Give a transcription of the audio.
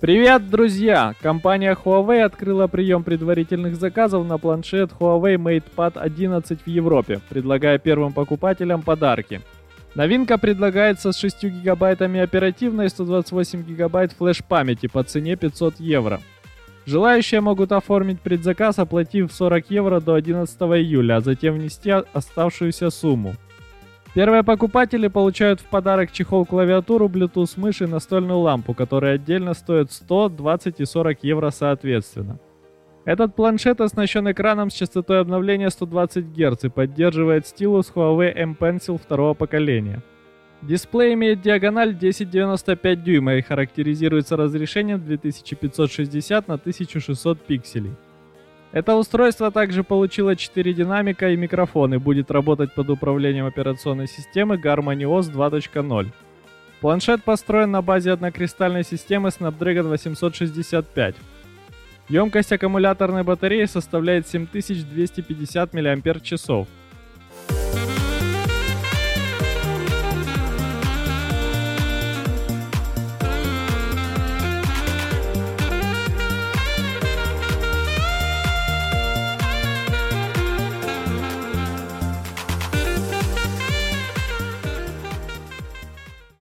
Привет, друзья! Компания Huawei открыла прием предварительных заказов на планшет Huawei MatePad 11 в Европе, предлагая первым покупателям подарки. Новинка предлагается с 6 гигабайтами оперативной и 128 гигабайт флеш-памяти по цене 500 евро. Желающие могут оформить предзаказ, оплатив 40 евро до 11 июля, а затем внести оставшуюся сумму. Первые покупатели получают в подарок чехол-клавиатуру, Bluetooth мышь и настольную лампу, которые отдельно стоят 100, 20 и 40 евро соответственно. Этот планшет оснащен экраном с частотой обновления 120 Гц и поддерживает стилус Huawei M Pencil второго поколения. Дисплей имеет диагональ 10,95 дюйма и характеризуется разрешением 2560 на 1600 пикселей. Это устройство также получило 4 динамика и микрофон и будет работать под управлением операционной системы HarmonyOS 2.0. Планшет построен на базе однокристальной системы Snapdragon 865. Емкость аккумуляторной батареи составляет 7250 мАч.